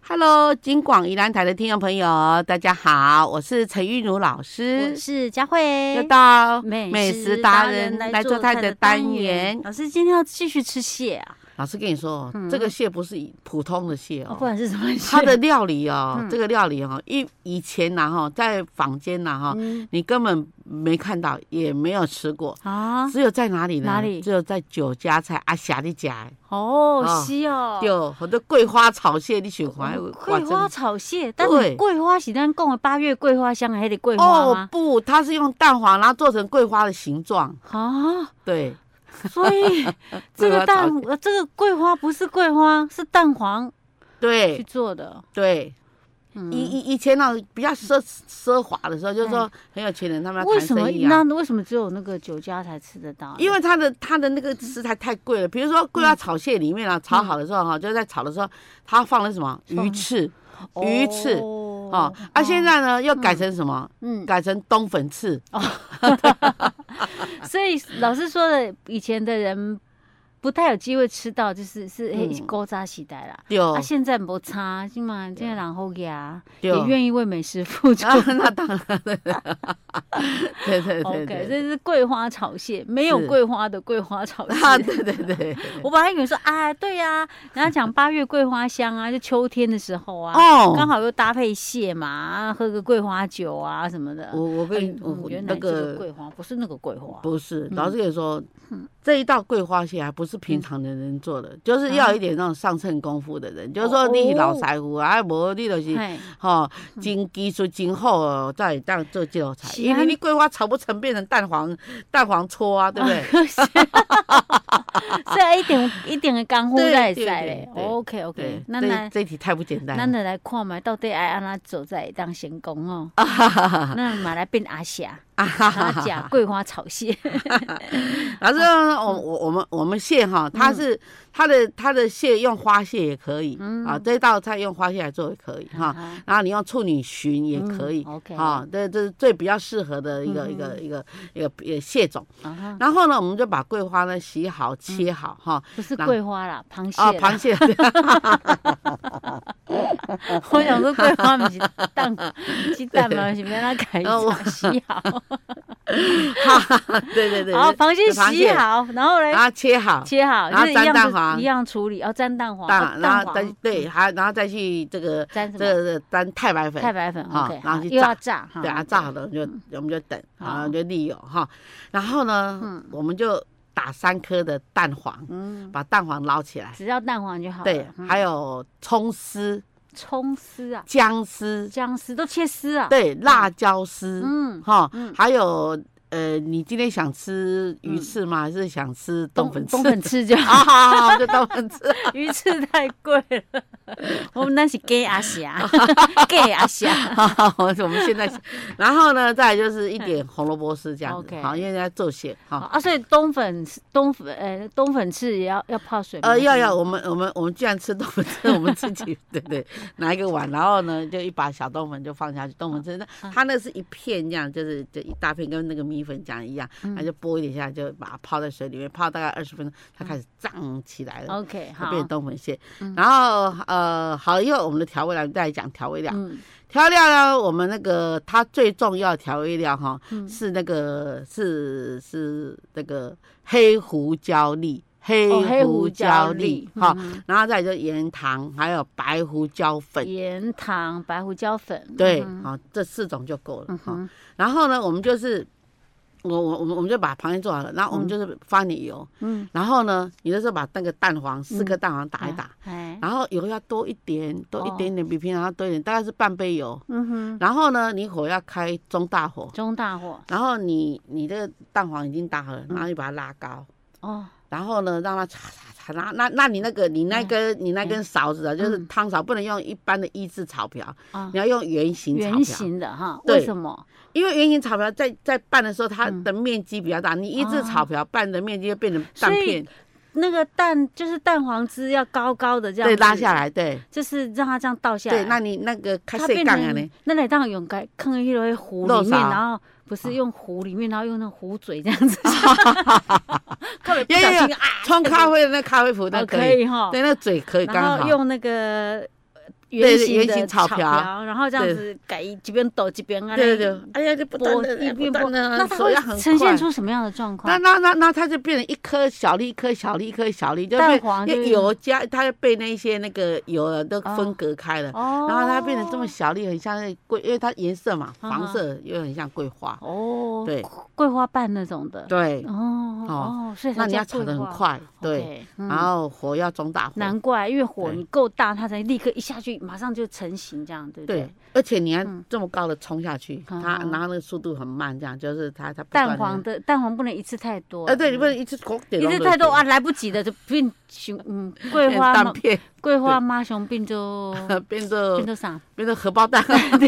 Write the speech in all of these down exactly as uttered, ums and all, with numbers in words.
Hello， 金广宜兰台的听众朋友，大家好，我是陈玉茹老师， 我是佳慧， 又到美食达人来做菜的单元。 老师今天要继续吃蟹啊？ 老师跟你说，嗯、这个蟹不是普通的蟹 哦, 哦，不然是什么蟹？ 它的料理哦，嗯、这个料理哦，以以前呐哈，在坊间呐哈，嗯、你根本没看到，也没有吃过啊。只有在哪里呢？ 哪里？ 只有在酒家菜阿霞的家。 哦，是哦。 对，好多桂花炒蟹，你喜欢？ 桂花炒蟹，但是桂花是咱讲的八月桂花香，还得桂花吗？ 哦不，它是用蛋黄，然后做成桂花的形状啊。对。 所以这个蛋，这个桂花不是桂花，是蛋黄， 对， 去做的。 对，嗯、以以以前呢比较奢奢华的时候，就是说很有钱人他们要谈生意啊。 那为什么只有那个酒家才吃得到？ 因为它的它的那个食材太贵了。比如说桂花炒蟹里面啊，嗯、炒好的时候哈，就在炒的时候，它放了什么鱼翅，嗯、鱼翅。哦，啊，现在呢又改成什么？嗯，改成冬粉翅。哦， 所以老师说的，以前的人不太有机会吃到，就是是古早时代啦。对，啊，现在没差，今嘛现在人好呀，也愿意为美食付出。 那当然，对对对对。 OK， 这是桂花炒蟹，没有桂花的桂花炒蟹。 啊，对对对。 我本来以为说啊，对呀，人家讲八月桂花香啊，就秋天的时候啊，哦，刚好又搭配蟹嘛，喝个桂花酒啊什么的。 我我跟你，我原来这个桂花不是那个桂花， 不是，老师跟你说，这一道桂花蟹还不是平常的人做的，就是要有一点那种上乘功夫的人，就是说你老师傅啊，无你就是吼，真技术真好哦，才会当做这道菜。因为你桂花炒不成变成蛋黄蛋黄搓啊，对不对？ 所以一点一点的功夫才会使嘞。OK OK， 那那这一题太不简单了。 咱就来看嘛，到底爱安怎做才会当成功哦？那马来变阿霞。啊哈哈哈！讲桂花炒蟹， 老师，我我我们我们蟹哈，它是它的它的蟹用花蟹也可以啊，这道菜用花蟹来做也可以哈，然后你用处女荨也可以啊，这这是最比较适合的一个一个一个一个一个蟹种。然后呢，我们就把桂花呢洗好切好哈， 不是桂花啦，螃蟹啊，螃蟹。 我想说桂花不是蛋，鸡蛋嘛，是免它改洗好。 对对对， 好，螃蟹洗好，然后嘞， 然后切好， 切好， 然后沾蛋黄， 一样处理，要沾蛋黄， 然后再对，还然后再去这个沾什么？ 这个沾太白粉， 太白粉，OK， 然后去又要炸， 对啊，炸好了就我们就等，啊，就沥油哈，然后呢，我们就打三颗的蛋黄，嗯，把蛋黄捞起来， 只要蛋黄就好了。 对，还有葱丝。 葱丝啊， 姜丝， 姜丝都切丝啊， 对，辣椒丝，嗯，哈，还有呃，你今天想吃鱼翅吗？还是想吃冬粉翅？ 冬粉翅就好，好好，就冬粉翅。 鱼翅太贵了，我们那是给阿霞，给阿霞。 好，我们现在，然后呢，再来就是一点红萝卜丝这样子，好，因为要做馅，好啊，所以冬粉冬粉呃冬粉翅也要要泡水吗？ 呃，要要，我们我们我们既然吃冬粉翅，我们自己对对，拿一个碗，然后呢，就一把小冬粉就放下去，冬粉翅，那它那是一片这样，就是就一大片，跟那个米粉浆一样，那就拨一点下来，就把它泡在水里面，泡大概二十分钟，它开始胀起来了。 OK， 好， 就变成冬粉蟹。然后呃，好了以后，我们的调味料再来讲调味料。调味料呢，我们那个它最重要的调味料哈，是那个是是那个黑胡椒粒。黑胡椒粒哈，然后再就盐糖，还有白胡椒粉。 盐糖、白胡椒粉， 对，好，这四种就够了哈。然后呢，我们就是我我我们我们就把螃蟹做好了，然后我们就是发点油，嗯，然后呢，你就是把那个蛋黄四颗蛋黄打一打，然后油要多一点，多一点点，比平常要多一点，大概是半杯油，嗯哼。然后呢，你火要开中大火， 中大火。 然后你你这个蛋黄已经打好了，然后你把它拉高，哦。然后呢，让它擦擦擦，那那那你那个你那根你那根勺子啊，就是汤勺，不能用一般的一字炒瓢，你要用圆形炒瓢。 圆形的哈，为什么？ 因为圆形炒瓢在在拌的时候，它的面积比较大，你一字炒瓢拌的面积就变成蛋片。 那个蛋就是蛋黄汁要高高的这样， 对，拉下来，对， 就是让它这样倒下来。 对，那你那个开水缸啊呢？ 那你当用盖放进去壶里面，然后不是用壶里面，然后用那壶嘴这样子。 有有有，冲咖啡的那咖啡壶那可以哈，对，那嘴可以刚好。 然后用那个圆形的草瓢，然后这样子改一边抖一边啊， 对对对，哎呀，就不断的一边不断的， 那它会呈现出什么样的状况？ 那那那那它就变成一颗小粒，一颗小粒，一颗小粒，就蛋黄变油加，它就被那些那个油都分隔开了，然后它变成这么小粒，很像那桂，因为它颜色嘛，黄色又很像桂花。哦，对， 桂花瓣那种的。 对， 哦哦，所以那你要炒得很快，对，然后火要中大火。 难怪，因为火你够大，它才立刻一下去，马上就成型，这样对不对？ 对，而且你要这么高的冲下去，它然后那个速度很慢，这样就是它它蛋黄的蛋黄不能一次太多。 呃，对，你不能一次一次太多啊，来不及的就变熊嗯桂花蛋片， 桂花妈熊变做变做变做啥？ 变做荷包蛋。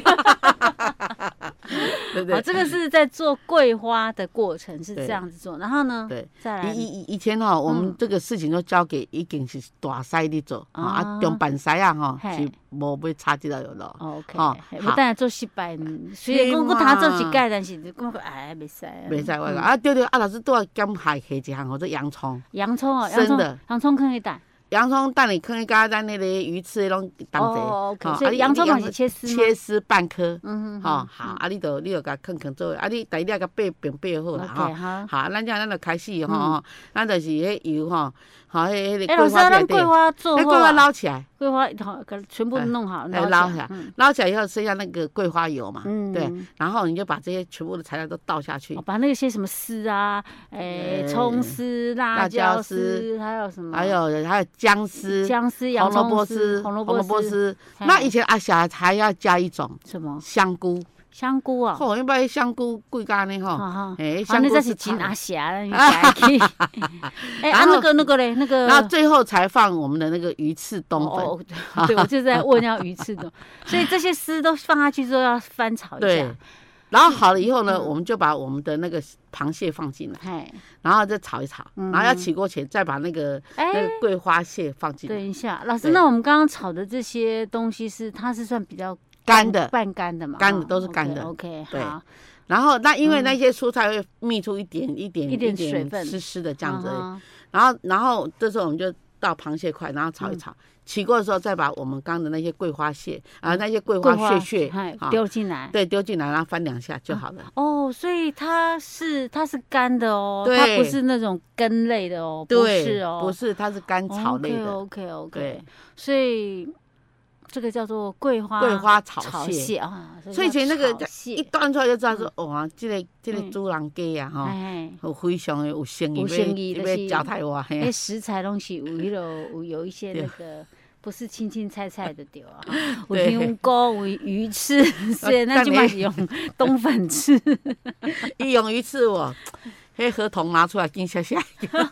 对对， 好，这个是在做桂花的过程是这样子做，然后呢， 对， 再来以以以前哈，我们这个事情都交给已经是大师在做啊，中板师啊哈是无要插这道药咯。 OK，好，不但做失败，虽然讲我他做一届，但是讲哎袂使， 袂使我讲啊，对对啊，老师都要减下下一项，或者洋葱， 洋葱哦， 生的洋葱可以打。 洋葱蛋你可以加咱那个鱼翅拢当者， 哦，所以洋葱嘛是切丝切丝半颗，嗯好，好，啊，你就你就甲啃啃做，啊，你第一你甲掰平掰好啦，哈，好，咱这样咱就开始吼，咱就是迄油吼，好，迄迄个桂花片， 桂花做， 桂花捞起来， 桂花好，全部弄好， 捞起来，捞起来以后剩下那个桂花油嘛，对，然后你就把这些全部的材料都倒下去， 把那些什么丝啊，诶，葱丝、辣椒丝，还有什么， 还有还有。姜丝、 姜丝、 红萝卜丝、红萝卜丝。那以前阿霞还要加一种什么香菇？ 香菇啊！ 吼，因为香菇贵干呢吼。 哎，香菇是金阿霞，你加去。哎，啊，那个那个嘞，那个。 然后最后才放我们的那个鱼翅冬粉。 对，我就在问要鱼翅冬，所以这些丝都放下去之后要翻炒一下。 然后好了以后呢，我们就把我们的那个螃蟹放进来，然后再炒一炒，然后要起锅前再把那个那个桂花蟹放进来。 等一下，老师，那我们刚刚炒的这些东西是它是算比较干的， 半干的嘛？ 干的都是干的。 OK， 对。然后那因为那些蔬菜会泌出一点一点一点水分， 湿湿的这样子。然后然后这时候我们就倒螃蟹块，然后炒一炒。起锅的时候，再把我们刚的那些桂花蟹啊，那些桂花屑屑丢进来， 对，丢进来，然后翻两下就好了。 哦，所以它是它是干的哦，它不是那种根类的哦，不是哦， 不是，它是干草类的。 OK OK OK， 所以这个叫做桂花桂花炒蟹啊。 所以以前那个一端出来就知道说，哇，这个这个主人家啊，哈，有非常的有生意， 有生意， 要交代我。 哎，食材东西有迄个有有一些那个。不是青青菜菜的丢啊，有香菇，有鱼翅，所以那就嘛是用冬粉翅。 一用鱼翅哦，迄合同拿出来紧下下。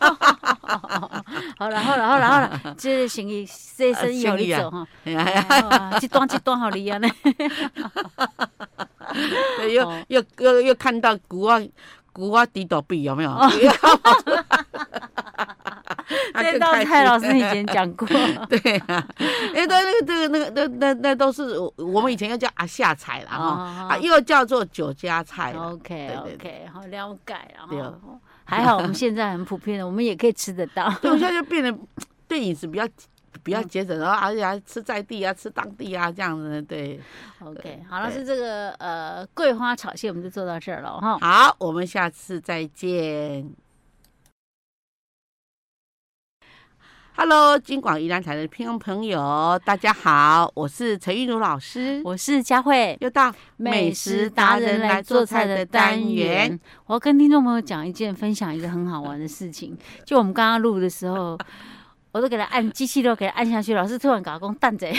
好了好了好了好了，这个生意这生意有你做哈，一段一段好你啊呢。 又又又又看到古啊古啊地豆币有没有？ 这道菜老师以前讲过， 对啊，哎，对，那个、这个、那个、那、那、那都是我们以前要叫阿夏菜啦，哈，啊，又叫做酒家菜。 OK OK， 好了解啊，还好我们现在很普遍的，我们也可以吃得到。 对，我现在就变得对饮食比较比较节省，然后而且还吃在地啊，吃当地啊，这样子，对。 OK， 好了，是这个呃桂花炒蟹，我们就做到这儿了哈。 好，我们下次再见。Hello， 金广宜兰台的听众朋友，大家好，我是陈玉茹老师， 我是佳慧， 又到美食达人来做菜的单元。 我要跟听众朋友讲一件，分享一个很好玩的事情。就我们刚刚录的时候，我都给他按机器，都给他按下去，老师突然跟我讲蛋仔。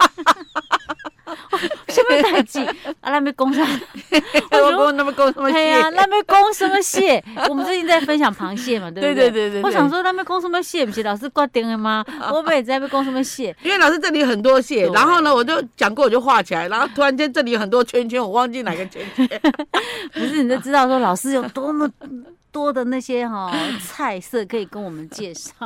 什么代志？啊，咱要讲啥？ 我说那么讲什么蟹？ 对啊，咱要讲什么蟹？我们最近在分享螃蟹嘛，对不对？ 对对对对。 我想说，咱要讲什么蟹？不是老师决定的吗？我们也在要讲什么蟹？ 因为老师这里有很多蟹，然后呢，我就讲过，我就画起来，然后突然间这里有很多圈圈，我忘记哪个圈圈。 不是，你就知道说老师有多么多的那些哈、哦、菜色可以跟我们介绍。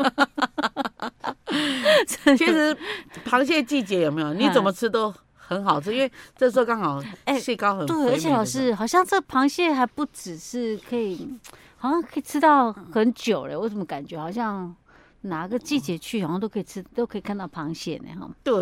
其实螃蟹季节有没有？你怎么吃都很好吃，因为这时候刚好蟹膏很肥美、欸。对， 而且老师好像这螃蟹还不只是可以，好像可以吃到很久了。我怎么感觉好像哪个季节去，好像都可以吃，都可以看到螃蟹呢？哈。 对。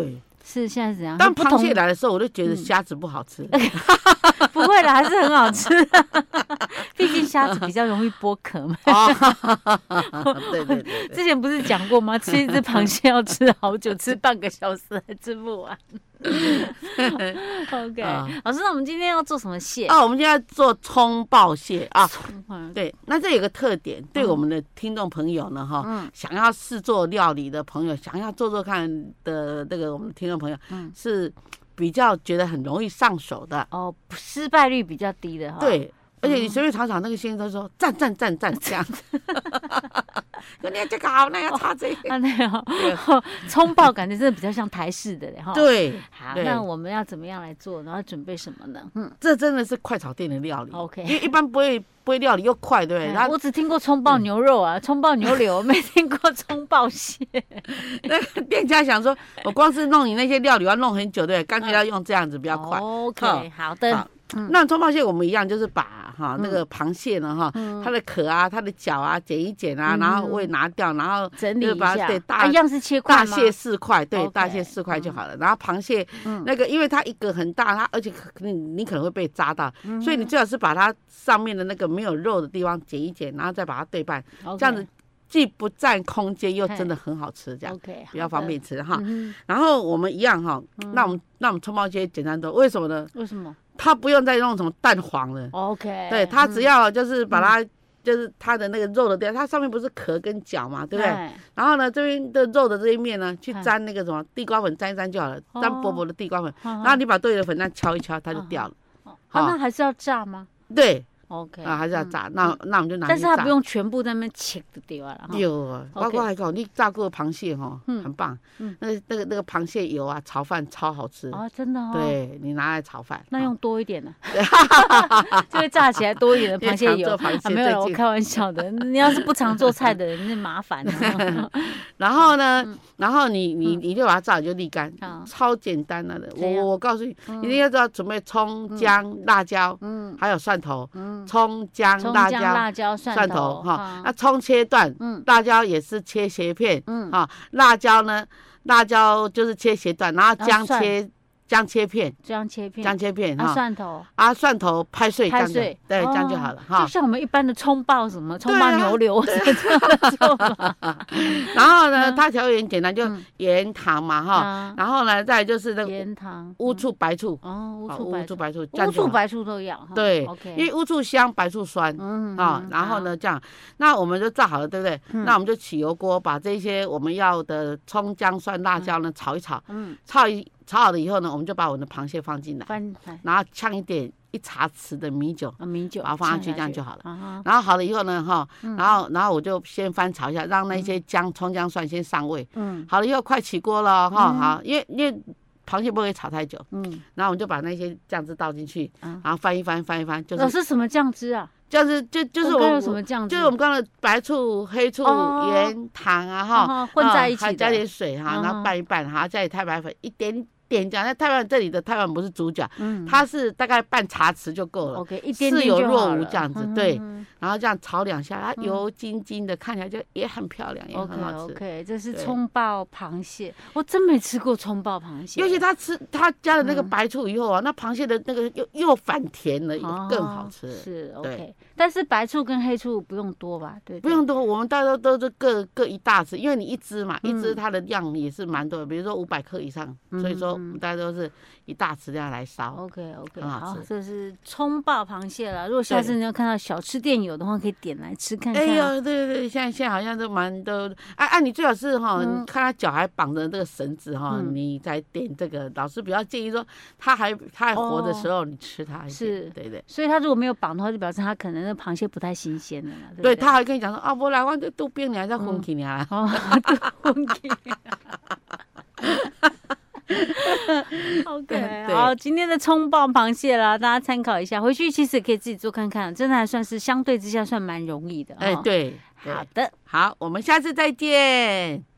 是现在是怎样？ 当螃蟹来的时候，我就觉得虾子不好吃。嗯、 不会啦，还是很好吃。毕竟虾子比较容易剥壳嘛。 对对 对, 对， 之前不是讲过吗？吃一只螃蟹要吃好久，吃半个小时还吃不完。OK，、啊、老师，那我们今天要做什么蟹？ 哦，我们今天要做葱爆蟹啊。对，那这有个特点，对我们的听众朋友呢，哈、嗯，想要试做料理的朋友，想要做做看的这个我们听众朋友，嗯，是比较觉得很容易上手的哦，失败率比较低的哈。 对。而且你随便炒炒，那个先生都说赞赞赞赞这样子。说你这个好，那要炒这个。 啊，那哦，葱爆感觉真的比较像台式的嘞哈。 对。 好，那我们要怎么样来做？然后准备什么呢？ 嗯，这真的是快炒店的料理。 OK。 因为一般不会不会料理又快，对不对？然后我只听过葱爆牛肉啊，葱爆牛柳，没听过葱爆蟹。 那店家想说，我光是弄你那些料理要弄很久，对不对？干脆要用这样子比较快。 OK， 好的。 嗯、那葱爆蟹我们一样，就是把哈、嗯、那个螃蟹呢哈，嗯、它的壳啊、它的脚啊剪一剪啊，嗯、然后胃拿掉，然后整理一下， 对，大、 啊、一样是切块吗？ 大蟹四块，对， okay, 大蟹四块就好了。嗯、然后螃蟹、嗯、那个，因为它一个很大，它而且你你可能会被扎到，嗯、所以你最好是把它上面的那个没有肉的地方剪一剪，然后再把它对半， okay, 这样子既不占空间，又真的很好吃，这样 okay, 比较方便吃哈。嗯、然后我们一样哈，嗯、那我们那我们葱爆蟹简单多，为什么呢？ 为什么？ 它不用再弄什么蛋黄了 ，OK， 对，它只要就是把它，嗯、就是它的那个肉的地方，它上面不是壳跟角嘛，对不对？然后呢，这边的肉的这一面呢，去沾那个什么地瓜粉，沾一沾就好了，沾薄薄的地瓜粉，哦、然后你把对的粉那敲一敲，它就掉了。 哦哦、啊，那还是要炸吗？ 对。 OK 啊，还是要炸，那、嗯、那我们就拿去炸。 但是它不用全部在那边切的对吧？ 有啊，包括还有你炸过螃蟹哈，嗯、很棒。嗯，那个那个那个螃蟹油啊，炒饭超好吃啊，真的哦。 对，你拿来炒饭， 那用多一点呢，就会炸起来多一点的螃蟹油。 螃蟹啊、没有，我开玩笑的。你要是不常做菜的人，那麻烦。 然后呢，嗯、然后你你你就把它炸，就沥干，嗯、超简单的。我我告诉你，嗯、一定要知道准备葱、姜、辣椒，嗯，还有蒜头，嗯。葱姜辣椒辣椒蒜头哈，那葱切断，嗯，辣椒也是切斜片，嗯，啊，辣椒呢，辣椒就是切斜段，然后姜切姜切片， 姜切片， 姜切片哈，蒜头啊，蒜头拍碎， 拍碎， 对，这样就好了哈。 就像我们一般的葱爆什么葱爆牛柳这样的做法。 然后呢，它调味很简单，就盐糖嘛哈。然后呢，再就是那个盐糖、 乌醋、白醋。 哦，乌醋、 乌醋、白醋， 乌醋、白醋都要。 对，因为乌醋香，白醋酸。嗯啊，然后呢，这样，那我们就炸好了，对不对？那我们就起油锅，把这些我们要的葱、姜、蒜、辣椒呢炒一炒。嗯，炒一。炒好了以后呢，我们就把我们的螃蟹放进来，然后呛一点一茶匙的米酒， 米酒把它放上去，这样就好了。啊、然后好了以后呢，哈，嗯、然后然后我就先翻炒一下，让那些姜、葱、姜、蒜先上味。嗯，好了以后快起锅了哈，嗯、好，因为因为螃蟹不会炒太久。嗯，然后我们就把那些酱汁倒进去，嗯、然后翻一翻，翻一翻，就是。 老师什么酱汁啊？ 酱汁就就是我们什么酱汁？ 就是我们刚才白醋、黑醋、哦、盐、糖啊哈、 哦，混在一起的， 还加点水哈，然后拌一拌，哈，加点太白粉一点。点酱，那太白粉这里的太白粉不是主角，嗯，它是大概半茶匙就够了 ，OK， 一点点就好了， 似有若无这样子，嗯、对，然后这样炒两下，它油晶晶的，嗯、看起来就也很漂亮，也很好吃。 OK， 这是葱爆螃蟹，我真没吃过葱爆螃蟹， 尤其它吃它加了那个白醋以后啊，嗯、那螃蟹的那个又又反甜了，哦、更好吃。 是 OK， 但是白醋跟黑醋不用多吧？对， 不用多，我们大家都是各各一大匙，因为你一只嘛，嗯、一只它的量也是蛮多的，比如说五百克以上，嗯、所以说。大家都是一大匙这样来烧 ，OK OK， 好，这是葱爆螃蟹了。如果下次你要看到小吃店有的话，可以点来吃看看。 哎呦，对对对，现在现在好像都蛮都，哎哎，你最好是哈，嗯、你看他脚还绑着这个绳子哈，嗯、你才点这个。老师比较建议说，他还他还活的时候，你吃它。 是， 对对。 所以他如果没有绑的话，就表示他可能那螃蟹不太新鲜了嘛。对, 对，他还跟你讲说啊，我来我这肚冰你还在昏起你啊， 哦，昏起。OK， 好，今天的葱爆螃蟹啦，大家参考一下，回去其实可以自己做看看，真的还算是相对之下算蛮容易的。 哎，对， 好的， 好，我们下次再见。